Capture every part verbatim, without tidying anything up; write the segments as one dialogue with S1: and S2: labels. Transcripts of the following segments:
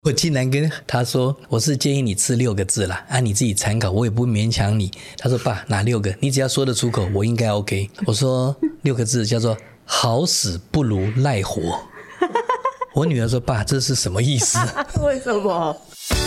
S1: 我竟然跟他说，我是建议你吃六个字啦，啊，你自己参考，我也不勉强你。他说爸，哪六个？你只要说得出口，我应该 OK。我说六个字叫做好死不如赖活。我女儿说爸，这是什么意思？
S2: 为什么？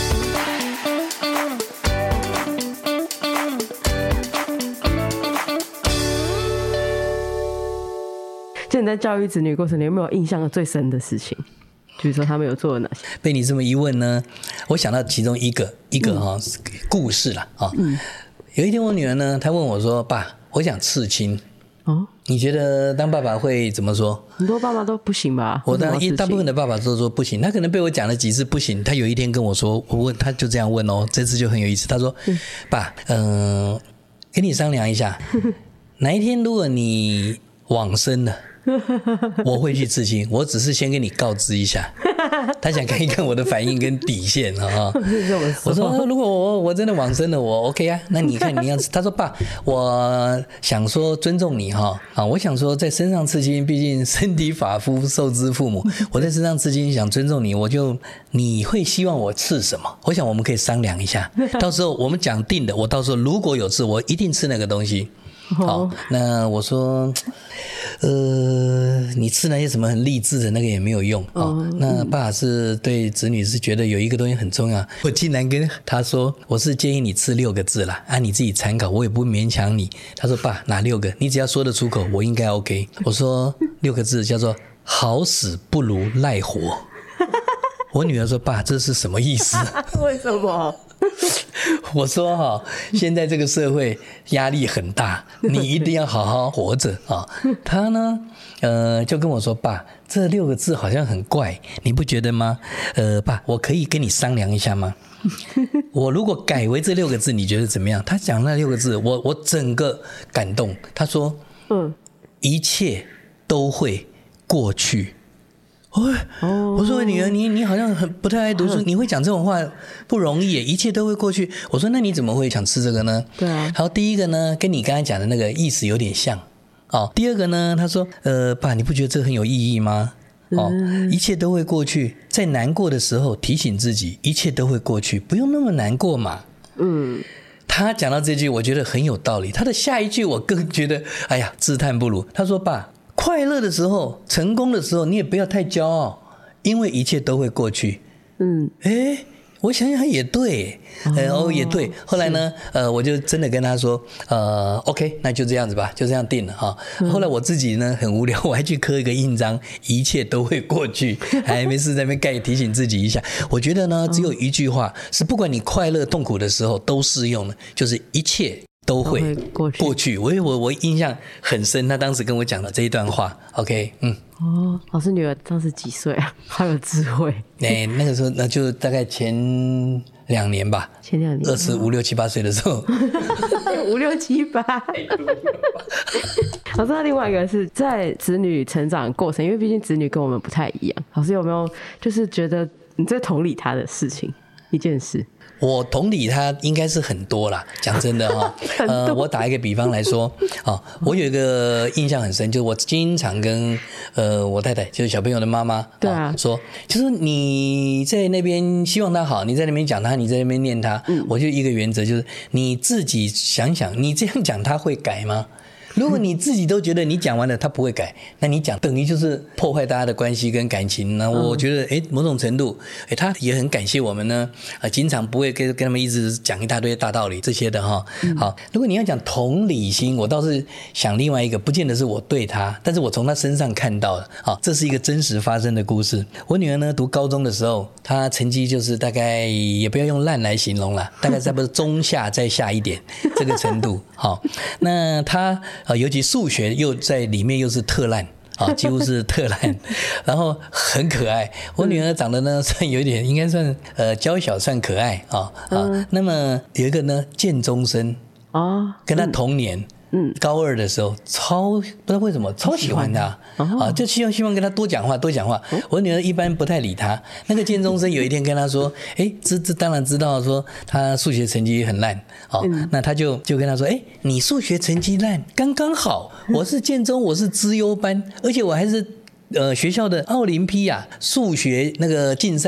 S2: 就你在教育子女过程，你有没有印象最深的事情？比如说他们有做了哪些？
S1: 被你这么一问呢，我想到其中一个一个哈、哦嗯、故事啦啊、哦嗯。有一天我女儿呢，她问我说：“爸，我想刺青。”哦，你觉得当爸爸会怎么说？
S2: 很多爸爸都不行吧？
S1: 我当一大部分的爸爸都说不行。他可能被我讲了几次不行，他有一天跟我说，我问他就这样问哦，这次就很有意思。他说：“嗯、爸，嗯、呃，跟你商量一下，哪一天如果你往生了。”我会去刺青，我只是先跟你告知一下。他想看一看我的反应跟底线啊。我说如果我我真的往生了，我 OK 啊。那你看你要，他说爸，我想说尊重你哈啊，我想说在身上刺青，毕竟身体发肤受之父母，我在身上刺青想尊重你，我就你会希望我刺什么？我想我们可以商量一下，到时候我们讲定的，我到时候如果有刺，我一定刺那个东西。好，那我说，呃，你吃那些什么很励志的那个也没有用哦。哦那爸是对子女是觉得有一个东西很重要，我竟然跟他说，我是建议你吃六个字啦，啊，你自己参考，我也不勉强你。他说爸，哪六个？你只要说得出口，我应该 OK。我说六个字叫做好死不如赖活。我女儿说爸，这是什么意思？
S2: 为什么？
S1: 我说哈、哦，现在这个社会压力很大，你一定要好好活着啊。他呢，呃，就跟我说爸，这六个字好像很怪，你不觉得吗？呃，爸，我可以跟你商量一下吗？我如果改为这六个字，你觉得怎么样？他讲那六个字，我我整个感动。他说，嗯，一切都会过去。哦，我说女儿，你你好像很不太爱读书，你会讲这种话不容易耶，一切都会过去。我说那你怎么会想吃这个呢？
S2: 对啊。
S1: 好，第一个呢，跟你刚才讲的那个意思有点像。哦，第二个呢，他说，呃，爸，你不觉得这很有意义吗？哦，嗯、一切都会过去，在难过的时候提醒自己，一切都会过去，不用那么难过嘛。嗯。他讲到这句，我觉得很有道理。他的下一句，我更觉得，哎呀，自叹不如。他说，爸。快乐的时候，成功的时候，你也不要太骄傲，因为一切都会过去。嗯，哎，我想想也对，呃，哦，也对。后来呢，呃，我就真的跟他说，呃 ，OK， 那就这样子吧，就这样定了哈。嗯、后来我自己呢很无聊，我还去刻一个印章，一切都会过去，还没事在那边盖提醒自己一下。我觉得呢，只有一句话是不管你快乐痛苦的时候都适用的，就是一切。都会过去，过去我我我印象很深，他当时跟我讲的这一段话 ，OK， 嗯，
S2: 哦，老师女儿当时几岁啊？好有智慧。
S1: 哎，那个时候那就大概前两年吧，
S2: 前两年，
S1: 二十五六七八岁的时候，
S2: 五六七八。老师，那另外一个是在子女成长过程，因为毕竟子女跟我们不太一样。老师有没有就是觉得你在同理他的事情一件事？
S1: 我同理他应该是很多啦，讲真的哈、哦，呃，我打一个比方来说，哦，我有一个印象很深，就是我经常跟呃我太太，就是小朋友的妈妈，
S2: 对啊，
S1: 哦、说，就是你在那边希望他好，你在那边讲他，你在那边念他，嗯、我就一个原则就是你自己想想，你这样讲他会改吗？如果你自己都觉得你讲完了他不会改，那你讲等于就是破坏大家的关系跟感情。那我觉得哎，某种程度哎，他也很感谢我们呢，啊，经常不会跟跟他们一直讲一大堆大道理这些的哈。好，如果你要讲同理心，我倒是想另外一个，不见得是我对他，但是我从他身上看到的，好，这是一个真实发生的故事。我女儿呢读高中的时候，她成绩就是大概也不要用烂来形容啦，大概差不多中下再下一点这个程度。好，那她。啊，尤其数学又在里面又是特烂啊，几乎是特烂，然后很可爱。我女儿长得呢算有点，应该算呃娇小，算可爱啊啊。那么有一个呢建中生啊，跟她同年。嗯，高二的时候超不知道为什么超喜欢他、哦、啊，就希望希望跟他多讲话多讲话、哦。我女儿一般不太理他。那个建中生有一天跟他说：“哎，这这当然知道说他数学成绩很烂哦、嗯，那他就就跟他说：哎，你数学成绩烂刚刚好，我是建中，我是资优班，而且我还是呃学校的奥林匹亚数学那个竞赛。”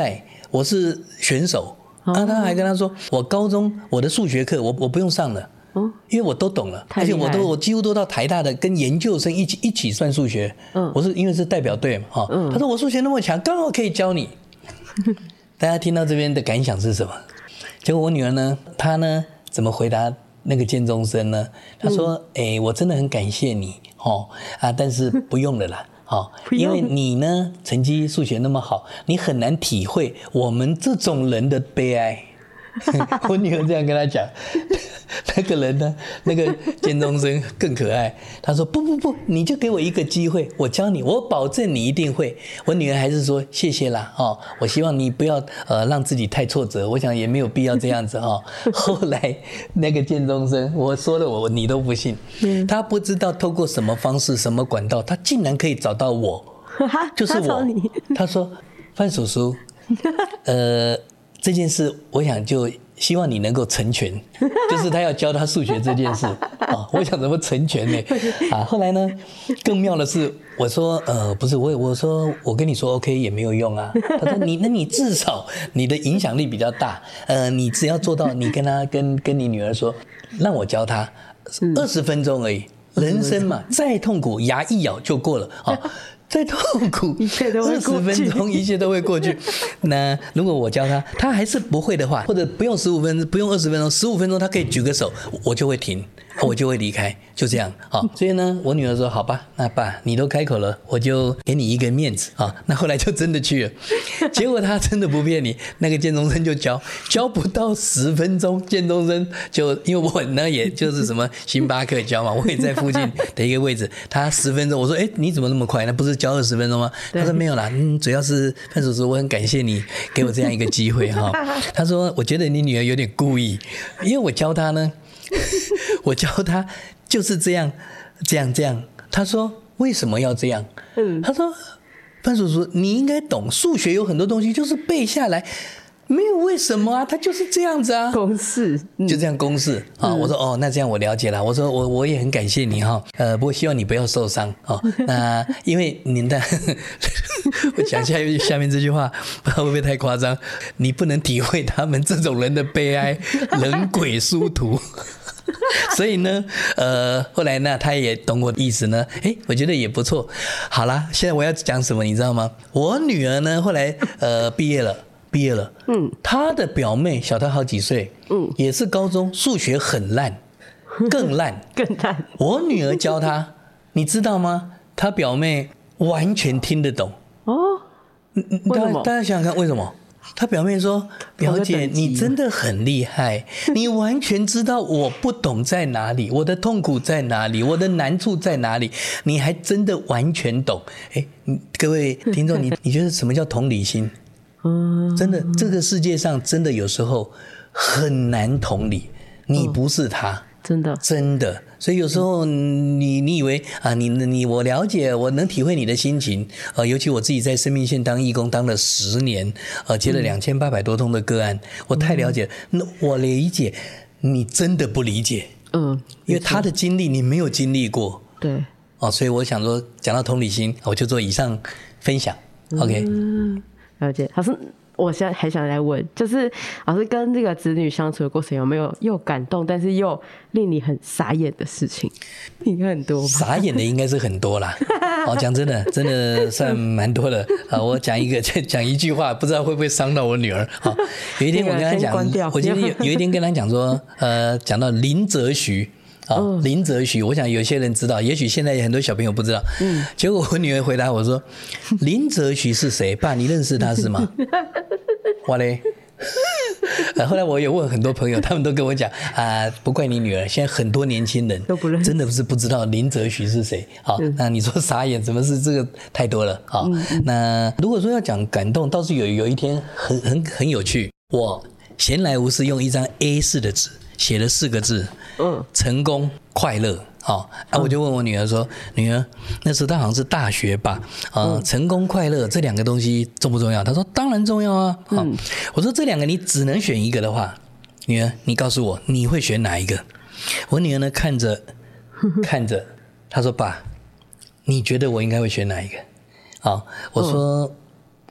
S1: 我是选手。啊，他还跟他说，我高中我的数学课我我不用上了，哦，因为我都懂了，而且我都我几乎都到台大的跟研究生一起一起算数学，嗯，我是因为是代表队嘛，哈，嗯，他说我数学那么强，刚好可以教你。大家听到这边的感想是什么？结果我女儿呢，她呢怎么回答那个建中生呢？她说，哎、嗯欸，我真的很感谢你，哦啊，但是不用了啦。哦，因为你呢成绩数学那么好，你很难体会我们这种人的悲哀。我女儿这样跟他讲，那个人呢，那个建中生更可爱。他说不不不，你就给我一个机会，我教你，我保证你一定会。我女儿还是说谢谢啦，哦，我希望你不要呃让自己太挫折，我想也没有必要这样子哦。后来那个建中生，我说了我你都不信，他不知道透过什么方式、什么管道，他竟然可以找到我，就是我。他说范叔叔，呃。这件事，我想就希望你能够成全，就是他要教他数学这件事啊。我想怎么成全呢？啊，后来呢，更妙的是，我说呃不是我，我说我跟你说 OK 也没有用啊。他说你那你至少你的影响力比较大，呃，你只要做到，你跟他跟跟你女儿说，让我教他二十分钟而已，人生嘛，再痛苦牙一咬就过了啊。再痛苦，
S2: 一切都会过去。
S1: 二十分钟，一切都会过去。那如果我教他，他还是不会的话，或者不用十五分钟，不用二十分钟，十五分钟他可以举个手，我就会停，我就会离开，就这样啊。所以呢，我女儿说：“好吧，那爸你都开口了，我就给你一个面子啊。”那后来就真的去了，结果他真的不骗你，那个建中生就教，教不到十分钟，建中生就因为我呢，也就是什么星巴克教嘛，我也在附近的一个位置，他十分钟，我说：“哎，你怎么那么快？那不是？”教二十分钟吗？他说没有啦，嗯，主要是范叔叔，我很感谢你给我这样一个机会哈。他说，我觉得你女儿有点故意，因为我教她呢，我教她就是这样，这样，这样。他说为什么要这样？嗯，他说范叔叔，你应该懂，数学有很多东西就是背下来。没有为什么啊，他就是这样子啊，
S2: 公式、
S1: 嗯、就这样公式啊、嗯。我说哦，那这样我了解了。我说我我也很感谢你哈，呃，不过希望你不要受伤哦。那因为您的，我讲下下面这句话，不知道会不会太夸张？你不能体会他们这种人的悲哀，人鬼殊途。所以呢，呃，后来呢，他也懂我的意思呢，哎，我觉得也不错。好啦，现在我要讲什么，你知道吗？我女儿呢，后来呃毕业了。毕业了，嗯，他的表妹小他好几岁，嗯，也是高中数学很烂，更烂，
S2: 更烂。
S1: 我女儿教他，你知道吗？他表妹完全听得懂哦。
S2: 为什么？
S1: 大家想想看，为什么？他表妹说：“表姐，你真的很厉害，你完全知道我不懂在哪里，我的痛苦在哪里，我的难处在哪里，你还真的完全懂。”哎，各位听众，你你觉得什么叫同理心？真的，这个世界上真的有时候很难同理，你不是他，嗯、
S2: 真的
S1: 真的。所以有时候你你以为啊，你你我了解，我能体会你的心情。呃，尤其我自己在生命线当义工当了十年，呃，接了两千八百多通的个案，我太了解。那我理解，你真的不理解，嗯，因为他的经历你没有经历过，
S2: 对。
S1: 哦，所以我想说，讲到同理心，我就做以上分享。OK。
S2: 嗯，了解。老师，我现在还想来问，就是老师跟这个子女相处的过程，有没有又感动，但是又令你很傻眼的事情？应该很多吧？
S1: 傻眼的应该是很多啦。哦，讲真的，真的算蛮多的啊。我讲一个，讲一句话，不知道会不会伤到我女儿。好，有一天我跟她讲，我今天有有一天跟她讲说，呃，讲到林则徐。哦，林则徐，我想有些人知道，也许现在很多小朋友不知道。嗯，结果我女儿回答我说：“林则徐是谁？爸，你认识他是吗？”我嘞，后来我有问很多朋友，他们都跟我讲啊，不怪你女儿，现在很多年轻人
S2: 都不认识，
S1: 真的是不知道林则徐是谁。好，那你说傻眼，怎么是这个太多了？好，嗯、那如果说要讲感动，倒是有有一天很很很有趣，我闲来无事用一张 A 四 的纸。写了四个字，嗯，成功快乐，好、啊，我就问我女儿说，女儿，那时候她好像是大学吧，啊、呃，成功快乐这两个东西重不重要？她说当然重要啊，好、嗯，我说这两个你只能选一个的话，女儿，你告诉我你会选哪一个？我女儿呢看着看着，她说爸，你觉得我应该会选哪一个？好，我说。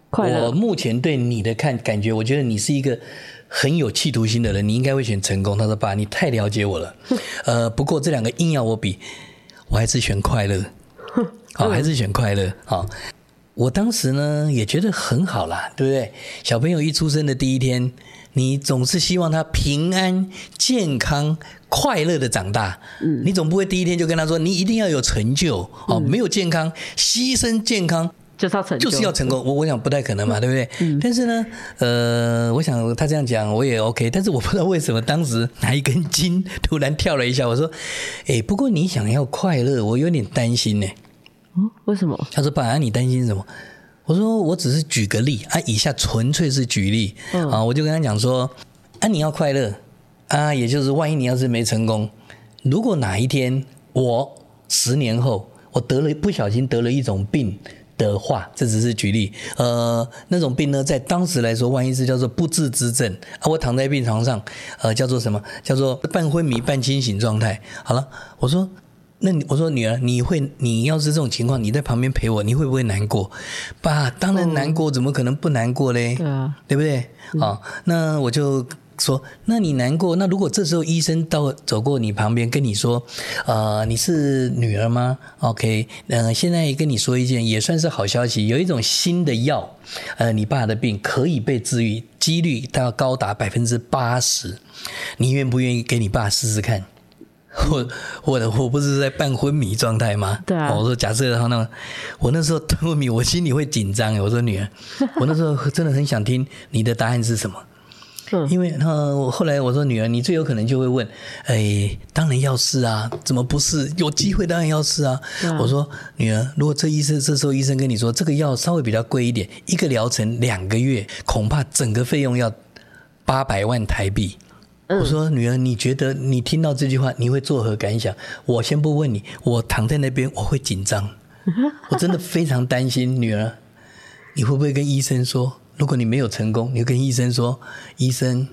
S1: 我目前对你的看感觉，我觉得你是一个很有企图心的人，你应该会选成功。他说爸，你太了解我了。呃，不过这两个硬要我比，我还是选快乐。好，还是选快乐。好，我当时呢也觉得很好啦，对不对？小朋友一出生的第一天，你总是希望他平安、健康、快乐的长大。嗯，你总不会第一天就跟他说，你一定要有成就。哦，嗯、没有健康，牺牲健康。
S2: 就是要成就，
S1: 就是要成功。我我想不太可能嘛，对不对？嗯。但是呢，呃，我想他这样讲我也 OK， 但是我不知道为什么当时哪一根筋突然跳了一下。我说，哎，不过你想要快乐，我有点担心呢。
S2: 哦，为什么？
S1: 他说：“爸啊，你担心什么？”我说：“我只是举个例啊，以下纯粹是举例、嗯、啊。”我就跟他讲说：“啊，你要快乐啊，也就是万一你要是没成功，如果哪一天我十年后我得了不小心得了一种病的话，这只是举例。呃，那种病呢，在当时来说，万一是叫做不治之症啊，我躺在病床上，呃，叫做什么？叫做半昏迷半清醒状态。好了，我说。”那你我说女儿，你会你要是这种情况，你在旁边陪我，你会不会难过？爸，当然难过，怎么可能不难过嘞？对啊，对不对？嗯、哦，那我就说，那你难过，那如果这时候医生到走过你旁边跟你说，呃，你是女儿吗 ？OK， 呃，现在跟你说一件也算是好消息，有一种新的药，呃，你爸的病可以被治愈，几率大概高达百分之八十，你愿不愿意给你爸试试看？我我我不是在半昏迷状态吗？对啊。我说假设他那，我那时候昏迷，我心里会紧张。我说女儿，我那时候真的很想听你的答案是什么。嗯。因为呃，后来我说女儿，你最有可能就会问，哎，当然要试啊，怎么不是？有机会当然要试啊。啊我说女儿，如果这医生这时候医生跟你说这个药稍微比较贵一点，一个疗程两个月，恐怕整个费用要八百万台币。我说女儿，你觉得你听到这句话你会作何感想？我先不问你，我躺在那边我会紧张，我真的非常担心。女儿，你会不会跟医生说，如果你没有成功，你会跟医生说，医生，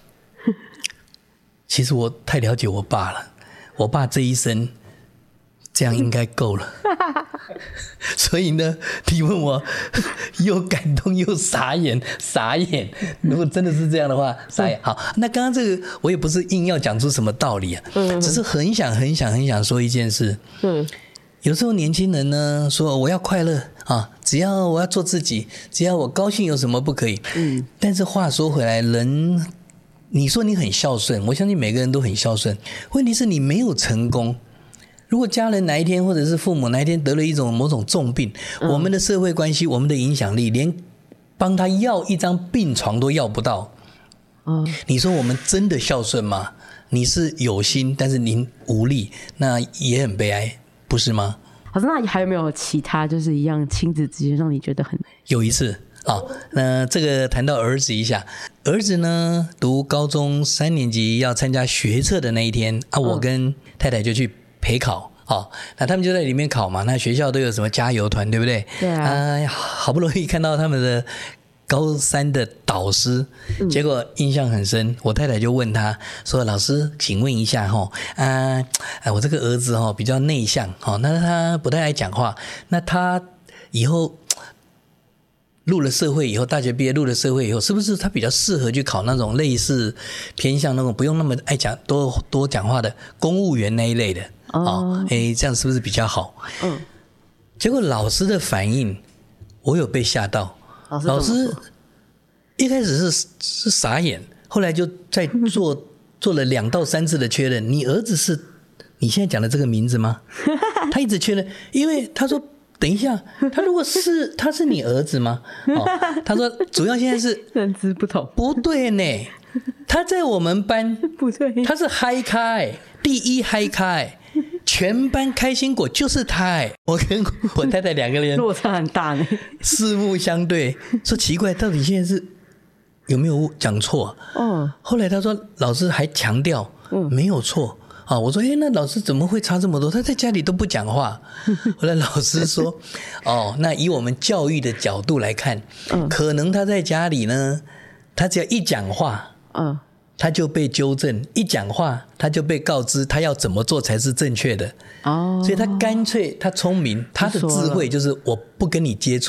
S1: 其实我太了解我爸了，我爸这一生这样应该够了。所以呢，你问我又感动又傻眼，傻眼。如果真的是这样的话，傻眼。好，那刚刚这个我也不是硬要讲出什么道理啊，嗯、只是很想很想很想说一件事。嗯，有时候年轻人呢说我要快乐啊，只要我要做自己，只要我高兴，有什么不可以？嗯，但是话说回来，人你说你很孝顺，我相信每个人都很孝顺，问题是你没有成功。如果家人哪一天或者是父母哪一天得了一种某种重病，嗯、我们的社会关系，我们的影响力，连帮他要一张病床都要不到。嗯，你说我们真的孝顺吗？你是有心，但是您无力，那也很悲哀，不是吗？
S2: 好，那还有没有其他就是一样亲子之间让你觉得很
S1: 有一次啊？那这个谈到儿子一下，儿子呢读高中三年级要参加学测的那一天啊，我跟太太就去陪考。哦，那他们就在里面考嘛，那学校都有什么加油团，对不对？对啊。呃、好不容易看到他们的高三的导师，嗯、结果印象很深。我太太就问他说：“老师，请问一下哈，啊，我这个儿子哈比较内向，哈，那他不太爱讲话，那他以后入了社会以后，大学毕业入了社会以后，是不是他比较适合去考那种类似偏向那种不用那么爱讲多多讲话的公务员那一类的？”哦，哎，这样是不是比较好？嗯，结果老师的反应，我有被吓到。老师, 老师一开始是是傻眼，后来就在做做了两到三次的确认。你儿子是你现在讲的这个名字吗？他一直确认，因为他说等一下，他如果是他是你儿子吗？哦，他说主要现在是
S2: 认知不同，
S1: 不对呢。他在我们班不对，他是嗨咖欸，第一嗨咖欸。全班开心果就是他哎！我跟我太太两个人
S2: 落差很大呢，
S1: 四目相对，说奇怪，到底现在是有没有讲错？嗯，后来他说老师还强调，嗯，没有错啊。我说哎，那老师怎么会差这么多？他在家里都不讲话。后来老师说，哦，那以我们教育的角度来看，嗯，可能他在家里呢，他只要一讲话，嗯。他就被纠正，一讲话他就被告知他要怎么做才是正确的。哦，所以他干脆他聪明，他的智慧就是我不跟你接触，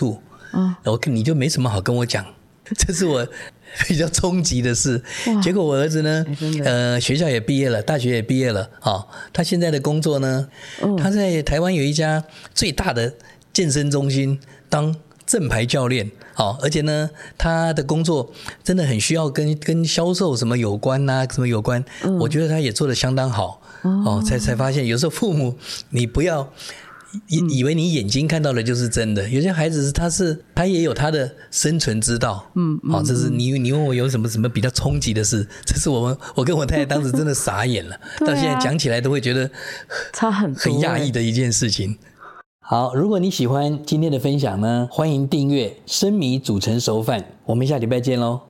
S1: 哦，我你就没什么好跟我讲，这是我比较冲击的事。结果我儿子呢，呃，学校也毕业了，大学也毕业了，哦，他现在的工作呢，哦，他在台湾有一家最大的健身中心当正牌教练，哦，而且呢，他的工作真的很需要跟跟销售什么有关呐、啊，什么有关，嗯，我觉得他也做得相当好，哦，才才发现有时候父母你不要。以, 以为你眼睛看到的就是真的，有些孩子他是他也有他的生存之道，嗯，好，这是你你问我有什么什么比较冲击的事，这是我们我跟我太太当时真的傻眼了，啊，到现在讲起来都会觉得
S2: 差很多，
S1: 很讶异的一件事情。好，如果你喜欢今天的分享呢，欢迎订阅生米煮成熟饭，我们下礼拜见喽。